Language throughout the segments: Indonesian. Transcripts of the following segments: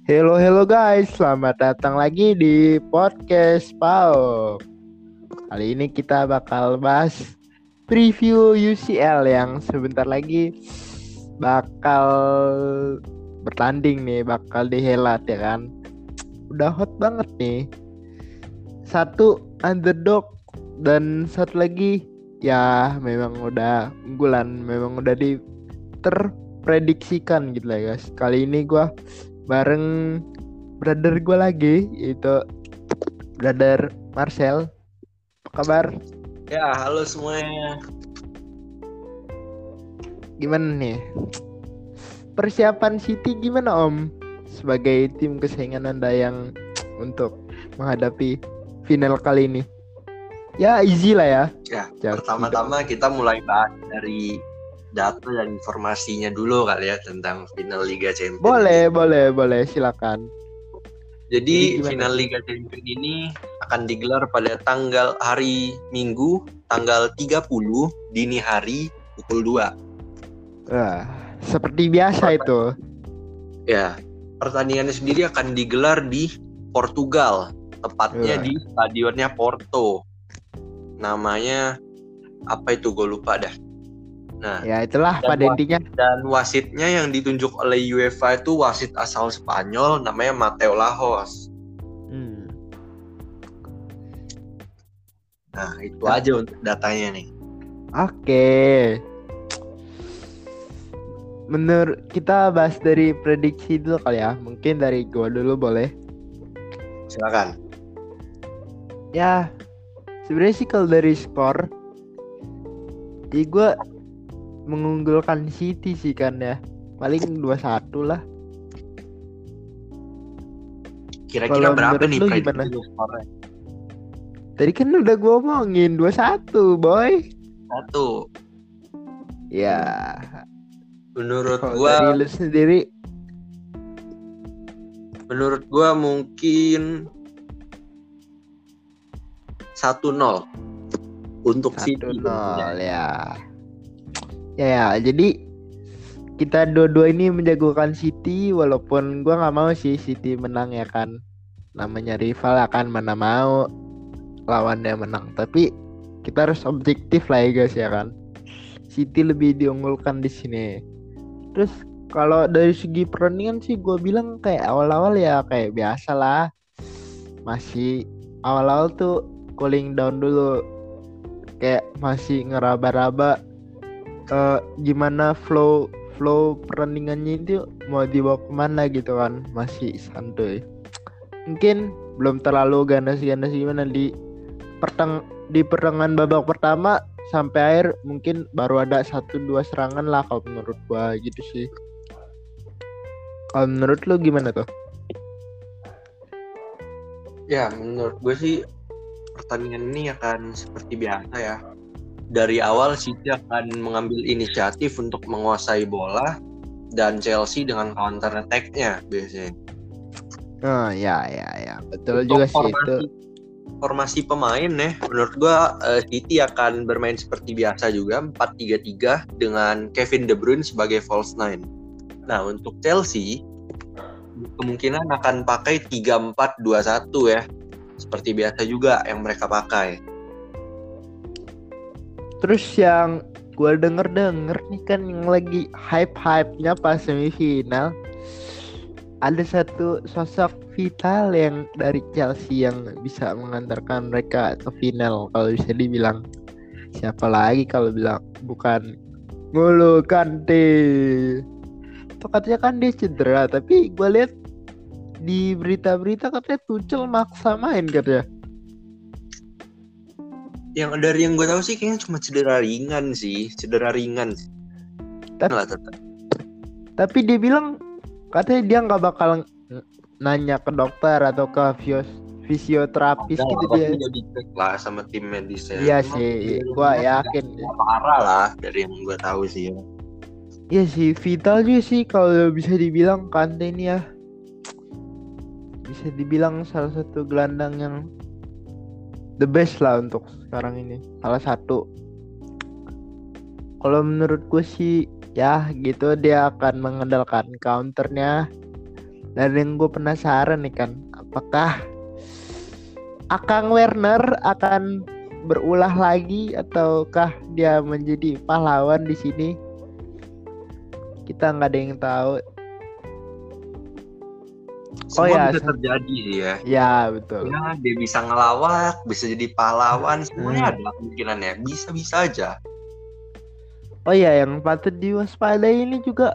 Hello hello guys, selamat datang lagi di podcast Pau. Kali ini kita bakal bahas preview UCL yang sebentar lagi bakal bertanding nih, bakal dihelat ya kan. Udah hot banget nih. Satu underdog dan satu lagi ya memang udah unggulan, memang udah terprediksikan gitu lah guys. Kali ini gua bareng brother gue lagi, itu brother Marcel. Apa kabar? Ya, halo semuanya. Gimana nih persiapan City, gimana Om, sebagai tim kesayangan Anda yang untuk menghadapi final kali ini? Ya easy lah ya. Ya, Chelsea pertama-tama kita mulai bahas dari data dan informasinya dulu kali ya tentang final Liga Champions. Boleh, silakan. Jadi final Liga Champions ini akan digelar pada hari Minggu tanggal 30 dini hari pukul 2. Seperti biasa itu. Ya, pertandingannya sendiri akan digelar di Portugal, tepatnya di stadionnya Porto. Namanya apa itu, gue lupa dah. Nah, ya itulah pada intinya. Dan wasitnya yang ditunjuk oleh UEFA itu wasit asal Spanyol, namanya Mateo Lajos. Nah, itu aja untuk datanya nih. Oke. Menurut kita bahas dari prediksi dulu kali ya. Mungkin dari gua dulu boleh. Silakan. Ya, sebenarnya sih kalau dari skor, jadi gua mengunggulkan City sih kan ya. Paling 2-1 lah. Kira-kira berapa nih prediksi skornya? Tadi kan udah gue omongin 2-1 boy. 1. Ya. Menurut kalo gua dari lu sendiri, menurut gua mungkin 1-0 untuk 1-0 City. Ya, jadi kita dua-dua ini menjagokan City, walaupun gua nggak mau sih City menang ya kan. Namanya rival akan mana mau lawannya menang, tapi kita harus objektif lah ya guys ya kan. City lebih diunggulkan di sini. Terus kalau dari segi pertandingan sih gue bilang kayak awal-awal ya kayak biasa lah. Masih awal-awal tuh cooling down dulu, kayak masih ngeraba-raba gimana flow pertandingannya itu mau dibawa kemana gitu kan, masih santuy. Mungkin belum terlalu ganas-ganas gimana di pertengahan babak pertama sampai akhir, mungkin baru ada 1-2 serangan lah kalau menurut gua gitu sih. Kalau menurut lu gimana tuh? Ya, menurut gue sih pertandingan ini akan seperti biasa ya. Dari awal City akan mengambil inisiatif untuk menguasai bola dan Chelsea dengan counter attack-nya biasanya. Oh ya, betul untuk juga sih itu. Formasi pemain ya, menurut gua City akan bermain seperti biasa juga 4-3-3 dengan Kevin De Bruyne sebagai false nine. Nah, untuk Chelsea kemungkinan akan pakai 3-4-2-1 ya. Seperti biasa juga yang mereka pakai. Terus yang gue denger nih kan, yang lagi hype-nya pas semifinal, ada satu sosok vital yang dari Chelsea yang bisa mengantarkan mereka ke final. Kalau bisa dibilang siapa lagi kalau bilang bukan N'Golo Kante. Itu katanya kan dia cedera, tapi gue lihat di berita-berita katanya Tuchel maksa main katanya. Yang dari yang gue tahu sih kayaknya cuma cedera ringan. Tapi dia bilang katanya dia nggak bakal nanya ke dokter atau ke fisioterapis gitu dia. Udah dicek lah sama tim medisnya. Iya sih, gue yakin. Parah lah dari yang gue tahu sih ya. Iya sih, vital juga sih kalau bisa dibilang Kante ini ya. Bisa dibilang salah satu gelandang yang the best lah untuk sekarang ini. Salah satu. Kalau menurut gue sih ya gitu, dia akan mengandalkan counternya Dan yang gue penasaran nih kan, apakah Akang Werner akan berulah lagi ataukah dia menjadi pahlawan di sini? Kita nggak ada yang tahu. Semua bisa terjadi ya. Ya betul. Ya, dia bisa ngelawak, bisa jadi pahlawan, semuanya ada kemungkinannya. Bisa-bisa aja. Oh ya, yang patut diwaspadai ini juga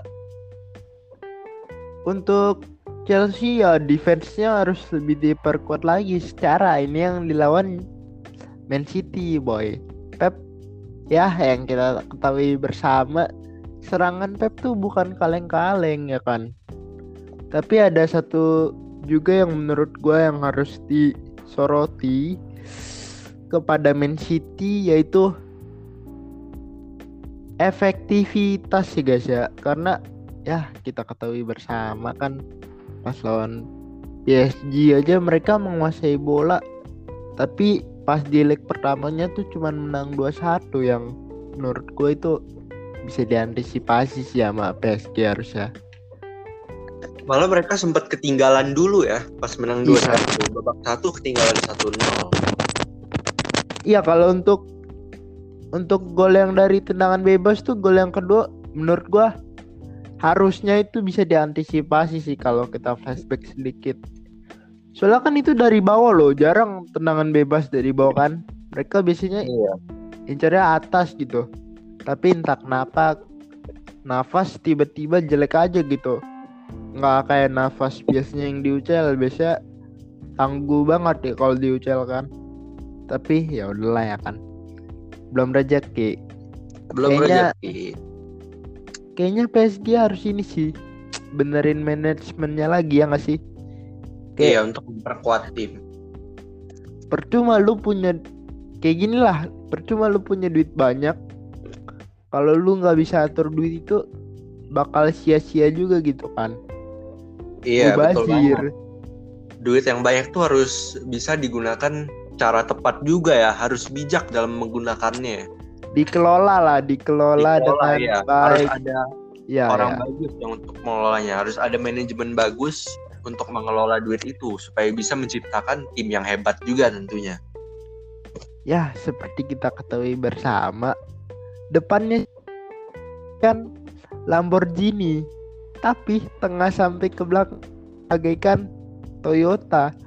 untuk Chelsea ya, defense-nya harus lebih diperkuat lagi. Secara ini yang dilawan Man City, boy. Pep ya, yang kita ketahui bersama, serangan Pep tuh bukan kaleng-kaleng ya kan. Tapi ada satu juga yang menurut gue yang harus disoroti kepada Man City, yaitu efektivitas sih guys ya. Karena ya kita ketahui bersama kan, pas lawan PSG aja mereka menguasai bola, tapi pas di leg pertamanya tuh cuman menang 2-1, yang menurut gue itu bisa diantisipasi sih sama PSG harusnya. Malah mereka sempat ketinggalan dulu ya pas menang 2-1, babak 1 ketinggalan 1-0. Iya, kalau untuk gol yang dari tendangan bebas tuh, gol yang kedua menurut gue harusnya itu bisa diantisipasi sih kalau kita flashback sedikit. Soalnya kan itu dari bawah loh, jarang tendangan bebas dari bawah kan. Mereka biasanya incarnya atas gitu. Tapi entah kenapa nafas tiba-tiba jelek aja gitu. Nggak kayak nafas biasanya yang di UCL, biasanya tangguh banget ya kalau di UCL kan. Tapi ya udahlah ya kan. Belum rezeki. Kayaknya PSG harus ini sih, benerin manajemennya lagi ya nggak sih? Iya, untuk memperkuat tim. Percuma lu punya kayak gini lah, percuma lu punya duit banyak, kalau lu nggak bisa atur duit itu bakal sia-sia juga gitu kan. Iya, betul banget. Duit yang banyak tuh harus bisa digunakan cara tepat juga ya, harus bijak dalam menggunakannya. Dikelola dengan ya. baik. Harus ada orang bagus yang untuk mengelolanya, harus ada manajemen bagus untuk mengelola duit itu supaya bisa menciptakan tim yang hebat juga tentunya. Ya, seperti kita ketahui bersama, depannya kan Lamborghini, tapi tengah sampai ke belakang bagaikan Toyota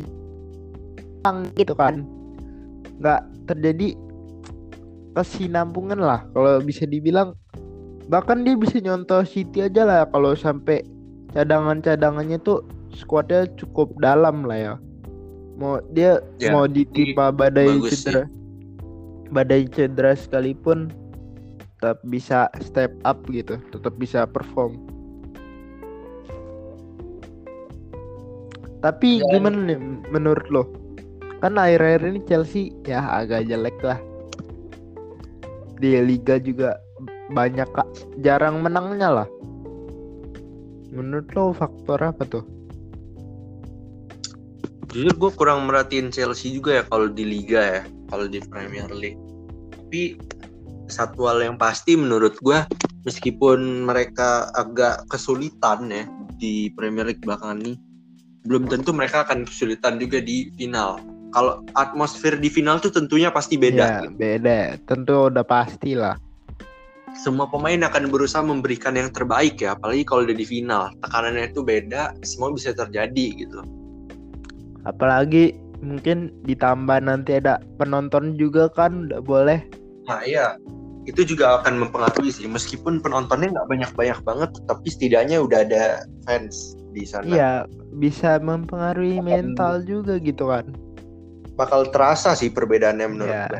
gitu kan. Nggak terjadi kesinambungan lah kalau bisa dibilang. Bahkan dia bisa nyontoh City aja lah kalau sampai cadangannya tuh skuadnya cukup dalam lah ya. Mau ditimpa badai cedera sekalipun tetap bisa step up gitu, tetap bisa perform. Tapi gimana nih menurut lo? Kan akhir-akhir ini Chelsea ya agak jelek lah. Di Liga juga banyak jarang menangnya lah. Menurut lo faktor apa tuh? Jujur gue kurang merhatiin Chelsea juga ya kalau di Liga ya, kalau di Premier League. Tapi satu hal yang pasti menurut gue, meskipun mereka agak kesulitan ya di Premier League belakangan ini, belum tentu mereka akan kesulitan juga di final. Kalau atmosfer di final tuh tentunya pasti beda. Ya, beda, tentu udah pasti lah. Semua pemain akan berusaha memberikan yang terbaik ya, apalagi kalau udah di final. Tekanannya itu beda, semua bisa terjadi gitu. Apalagi mungkin ditambah nanti ada penonton juga kan, udah boleh. Nah iya, itu juga akan mempengaruhi sih. Meskipun penontonnya nggak banyak-banyak banget, tapi setidaknya udah ada fans di sana. Iya, bisa mempengaruhi mental juga gitu kan. Bakal terasa sih perbedaannya menurut gue.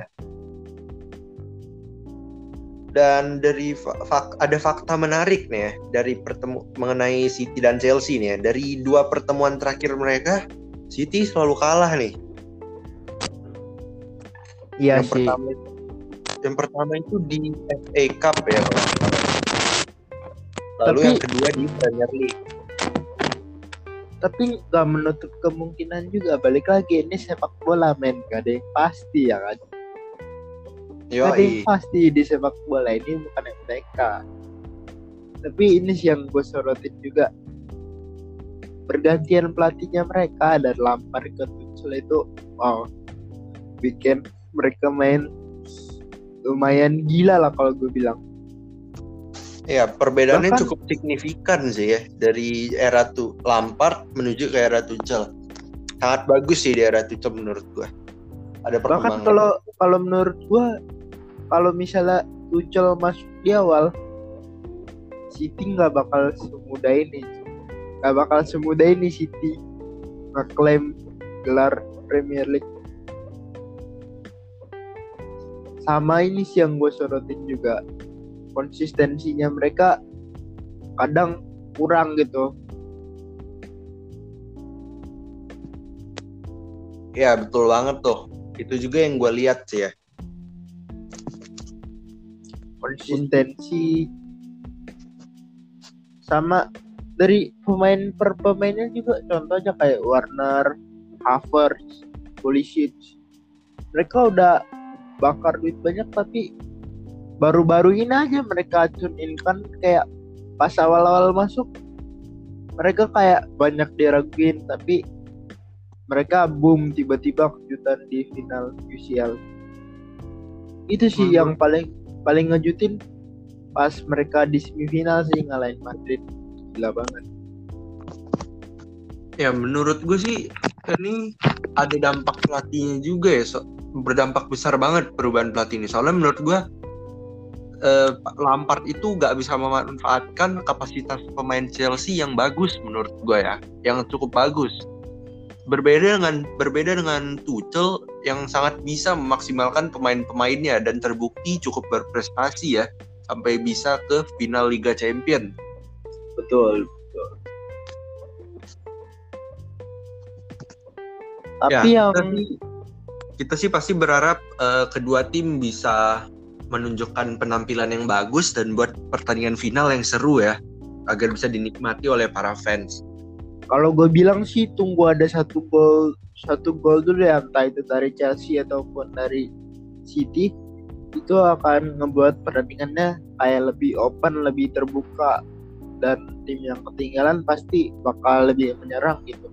Dan dari ada fakta menarik nih ya, dari mengenai City dan Chelsea nih ya. Dari 2 pertemuan terakhir mereka, City selalu kalah nih. Iya sih. Yang pertama itu di FA Cup ya. Lalu yang kedua di Premier League. Tapi gak menutup kemungkinan juga, balik lagi ini sepak bola men, gak ada yang pasti ya kan. Gak ada yang pasti di sepak bola ini, bukan MTK. Tapi ini sih yang gue sorotin juga, bergantian pelatihnya mereka dan Lampard ke Tuchel itu wow, bikin mereka main lumayan gila lah kalau gue bilang. Ya, perbedaannya Bahkan- cukup signifikan sih ya dari era Lampard menuju ke era Tuchel. Sangat bagus sih di era Tuchel menurut gue. Ada Bahkan perkembangan. kalau menurut gue, kalau misalnya Tuchel masuk di awal, City nggak bakal semudah ini City ngeklaim gelar Premier League. Sama ini sih yang gue sorotin juga, konsistensinya mereka kadang kurang gitu. Ya betul banget tuh. Itu juga yang gue lihat sih ya. Konsistensi sama dari pemain per pemainnya juga, contohnya kayak Werner, Havertz, Pulisic. Mereka udah bakar duit banyak tapi baru-baru ini aja mereka tune in kan, kayak pas awal-awal masuk mereka kayak banyak diraguin tapi mereka boom tiba-tiba kejutan di final UCL. Itu sih yang paling ngejutin pas mereka di semifinal sih ngalahin Madrid. Gila banget. Ya menurut gue sih ini ada dampak pelatihnya juga ya, berdampak besar banget perubahan pelatih ini. Soalnya menurut gue Lampard itu gak bisa memanfaatkan kapasitas pemain Chelsea yang bagus menurut gue ya, yang cukup bagus. Berbeda dengan Tuchel yang sangat bisa memaksimalkan pemain-pemainnya dan terbukti cukup berprestasi ya sampai bisa ke final Liga Champions. Betul. Tapi ya, yang kita sih pasti berharap kedua tim bisa menunjukkan penampilan yang bagus dan buat pertandingan final yang seru ya, agar bisa dinikmati oleh para fans. kalau gue bilang sih tunggu ada satu gol dulu ya, entah itu dari Chelsea ataupun dari City, itu akan ngebuat pertandingannya kayak lebih open, lebih terbuka, dan tim yang ketinggalan pasti bakal lebih menyerang gitu.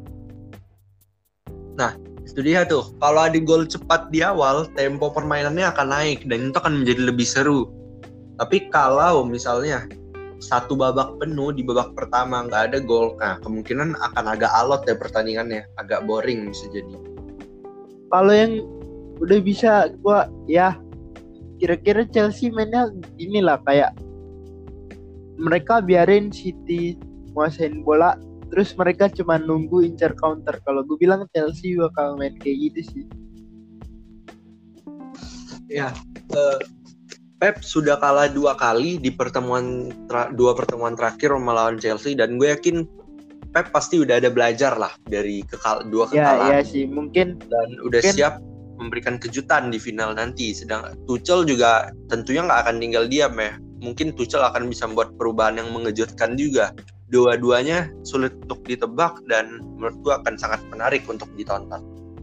Nah, itu dia tuh. Kalau ada gol cepat di awal, tempo permainannya akan naik dan itu akan menjadi lebih seru. Tapi kalau misalnya satu babak penuh di babak pertama nggak ada gol, nah kemungkinan akan agak alot ya pertandingannya, agak boring bisa jadi. Kalau yang udah bisa gua ya kira-kira Chelsea mainnya inilah, kayak mereka biarin City nguasain bola terus mereka cuma nunggu incer counter. Kalau gue bilang Chelsea bakal main kayak gitu sih. Ya, Pep sudah kalah 2 kali di dua pertemuan terakhir melawan Chelsea, dan gue yakin Pep pasti udah ada belajar lah dari dua kekalahan. Ya sih mungkin, dan udah siap memberikan kejutan di final nanti. Sedang Tuchel juga tentunya nggak akan tinggal diam ya. Mungkin Tuchel akan bisa membuat perubahan yang mengejutkan juga. Dua-duanya sulit untuk ditebak dan menurut gue akan sangat menarik untuk ditonton.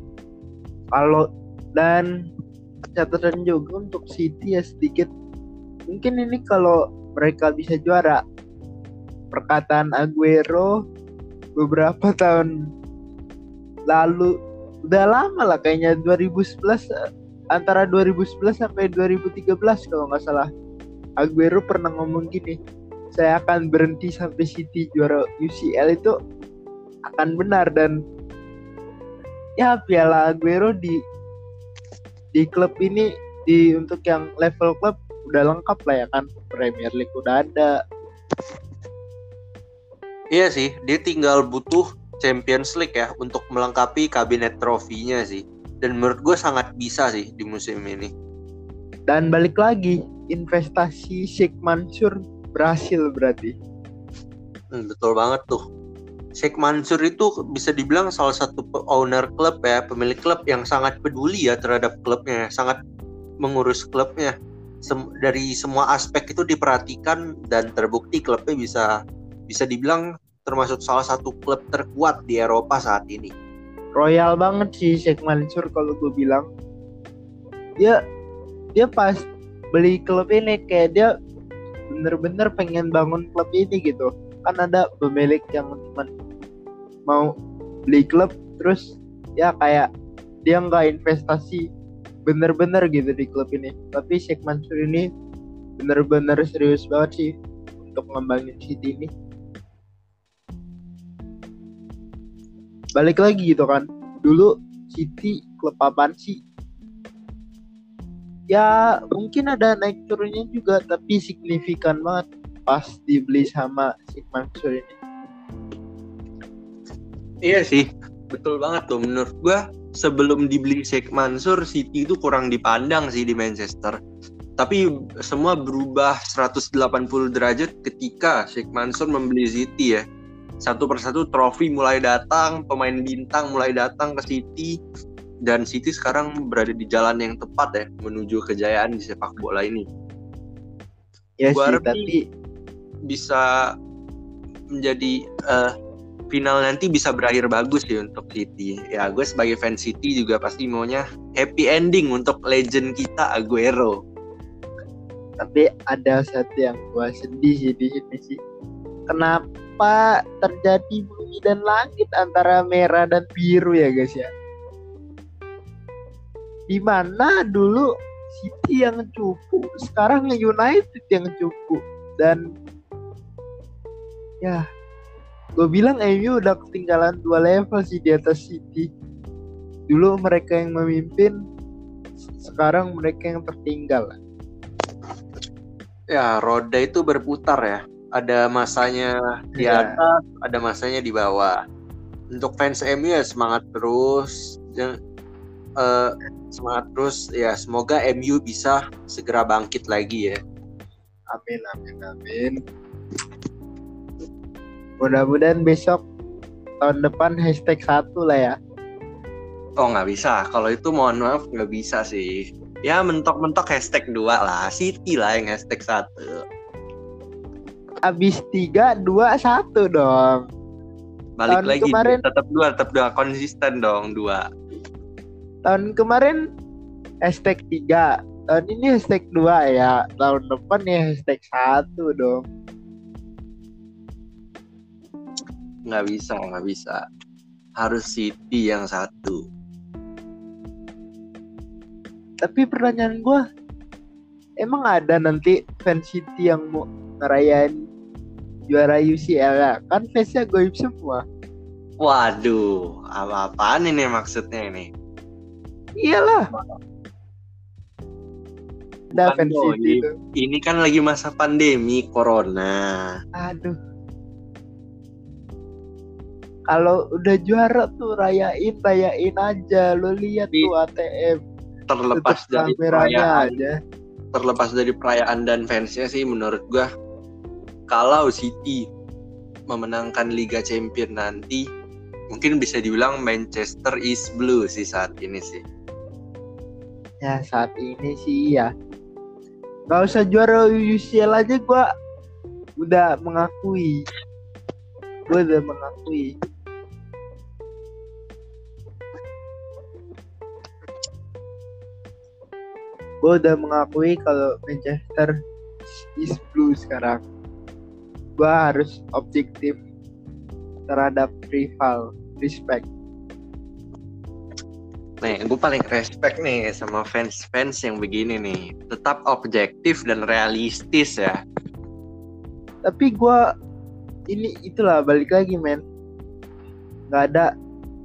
Dan catatan juga untuk City ya sedikit, mungkin ini kalau mereka bisa juara, perkataan Aguero beberapa tahun lalu, udah lama lah kayaknya, 2011, antara 2011 sampai 2013 kalau nggak salah, Aguero pernah ngomong gini, saya akan berhenti sampai City juara UCL, itu akan benar. Dan ya piala Aguero di klub ini, untuk yang level klub udah lengkap lah ya kan, Premier League udah ada. Iya sih, dia tinggal butuh Champions League ya untuk melengkapi kabinet trofinya sih. Dan menurut gue sangat bisa sih di musim ini. Dan balik lagi, investasi Sheikh Mansour berhasil berarti. Betul banget tuh. Sheikh Mansour itu bisa dibilang salah satu owner klub ya, pemilik klub yang sangat peduli ya terhadap klubnya, sangat mengurus klubnya. Dari semua aspek itu diperhatikan dan terbukti klubnya bisa dibilang termasuk salah satu klub terkuat di Eropa saat ini. Royal banget sih Sheikh Mansour kalau gue bilang. Dia pas beli klub ini kayak dia bener-bener pengen bangun klub ini gitu. Kan ada pemilik yang cuma mau beli klub terus ya kayak dia nggak investasi bener-bener gitu di klub ini. Tapi Sheikh Mansur ini bener-bener serius banget sih untuk ngembangin City ini. Balik lagi gitu kan, dulu City klub apaan sih? Ya mungkin ada naik turunnya juga, tapi signifikan banget pas dibeli sama Sheikh Mansur ini. Iya sih, betul banget tuh. Menurut gua sebelum dibeli Sheikh Mansur, City itu kurang dipandang sih di Manchester. Tapi semua berubah 180 derajat ketika Sheikh Mansur membeli City ya. Satu persatu trofi mulai datang, pemain bintang mulai datang ke City, dan City sekarang berada di jalan yang tepat ya menuju kejayaan di sepak bola ini. Ya Gua sih, tapi bisa menjadi final nanti bisa berakhir bagus sih untuk City. Ya gue sebagai fans City juga pasti maunya happy ending untuk legend kita Aguero. tapi ada satu yang gua sedih sih di sini sih. Kenapa terjadi bumi dan langit antara merah dan biru ya guys ya? Dimana dulu City yang cupu, sekarang United yang cupu. Dan ya gue bilang MU udah ketinggalan 2 level sih di atas City. Dulu mereka yang memimpin, sekarang mereka yang tertinggal. Ya roda itu berputar ya. Ada masanya di atas, ada masanya di bawah. Untuk fans MU ya semangat terus. Semangat terus ya, semoga MU bisa segera bangkit lagi ya. Amin. Mudah-mudahan besok tahun depan #1 lah ya. Oh nggak bisa, kalau itu mohon maaf nggak bisa sih. Ya mentok-mentok #2 lah, City lah yang #1. Abis 3, 2, 1 dong. Balik tahun lagi kemarin, tetap dua konsisten dong 2. Tahun kemarin #3, tahun ini #2 ya. Tahun depan ya #1 dong. Nggak bisa. Harus City yang 1. Tapi pertanyaan gue, emang ada nanti fans City yang mau ngerayain juara UCL ya? Kan fansnya goib semua. Waduh, apa-apaan ini maksudnya ini? Iyalah. Ada Bukan fans City itu. Ini kan lagi masa pandemi Corona. Aduh. Kalau udah juara tuh rayain aja. Lo lihat tuh ATM. Terlepas dari perayaan dan fansnya sih, menurut gua kalau City memenangkan Liga Champions nanti, mungkin bisa dibilang Manchester is blue sih saat ini sih. Ya saat ini sih ya. Gak usah juara UCL aja gue udah mengakui. Gue udah mengakui kalau Manchester is blue sekarang. Gue harus objektif terhadap rival. Respect. Nih, gue paling respect nih sama fans-fans yang begini nih. Tetap objektif dan realistis ya. Tapi gue itulah balik lagi men. Gak ada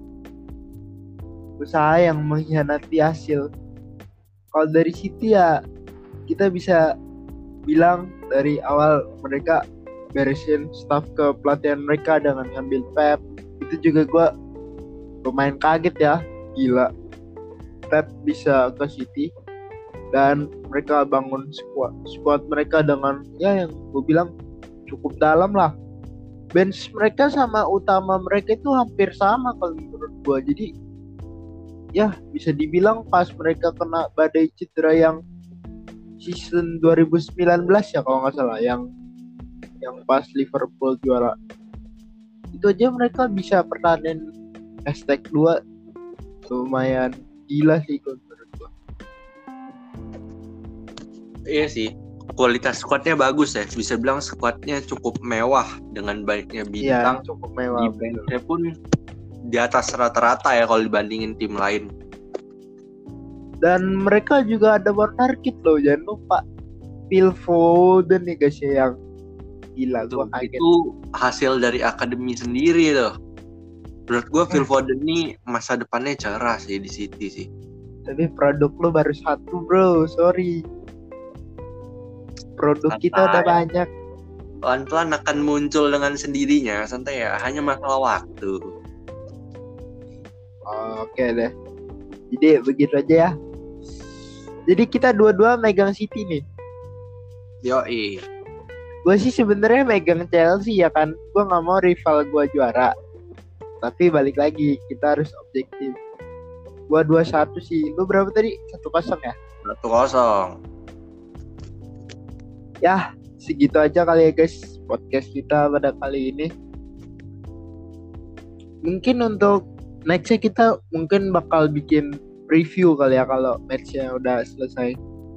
usaha yang mengkhianati hasil. Kalau dari City ya kita bisa bilang dari awal mereka beresin staff ke pelatihan mereka dengan ngambil Pep. Itu juga gue lumayan kaget ya. Gila, Pep bisa ke City dan mereka bangun squad mereka dengan ya yang gue bilang cukup dalam lah. Bench mereka sama utama mereka itu hampir sama kalau menurut gue. Jadi ya bisa dibilang pas mereka kena badai cedera yang season 2019 ya kalau nggak salah, yang pas Liverpool juara, itu aja mereka bisa pertahanin #2. Lumayan gila sih menurut gua. Iya sih, kualitas squadnya bagus ya. Bisa bilang squadnya cukup mewah dengan banyaknya bintang. Cukup mewah. Defense-nya pun di atas rata-rata ya kalau dibandingin tim lain. Dan mereka juga ada Warner Kid loh, jangan lupa Phil Foden nih guys ya, yang gila gua kaget. Itu hasil dari akademi sendiri tuh. Menurut gua Phil Foden nih masa depannya cerah sih di City sih. Tapi produk lu baru satu bro, sorry. Produk Santai. kita udah banyak. Pelan-pelan akan muncul dengan sendirinya, santai ya, hanya masalah waktu. Oke deh. Jadi begitu aja ya. Jadi kita dua-dua megang City nih. Yoi. Gue sih sebenarnya megang Chelsea ya kan. Gue nggak mau rival gue juara. Tapi balik lagi kita harus objektif. Gue 2-1 sih. Lu berapa tadi? 1-0 ya? 1-0. Ya segitu aja kali ya guys podcast kita pada kali ini. Mungkin untuk nextnya kita mungkin bakal bikin review kali ya kalau matchnya udah selesai.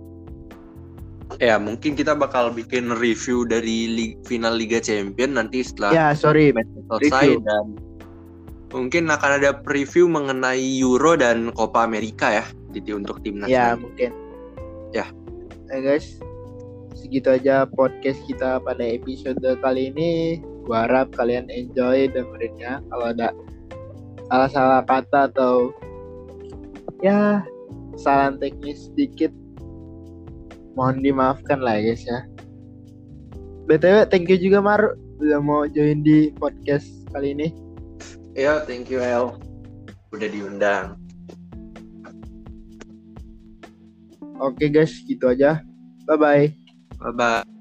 Ya mungkin kita bakal bikin review dari final Liga Champion nanti setelah match selesai, dan mungkin akan ada preview mengenai Euro dan Copa America ya untuk timnas. Ya mungkin. Ya. Guys, segitu aja podcast kita pada episode kali ini. Gua harap kalian enjoy dengerinnya. Kalau ada salah-salah kata atau ya kesalahan teknis sedikit, mohon dimaafkan lah guys ya. BTW thank you juga Mar udah mau join di podcast kali ini. Ya, thank you El, udah diundang. Oke guys, gitu aja. Bye bye. Bye bye.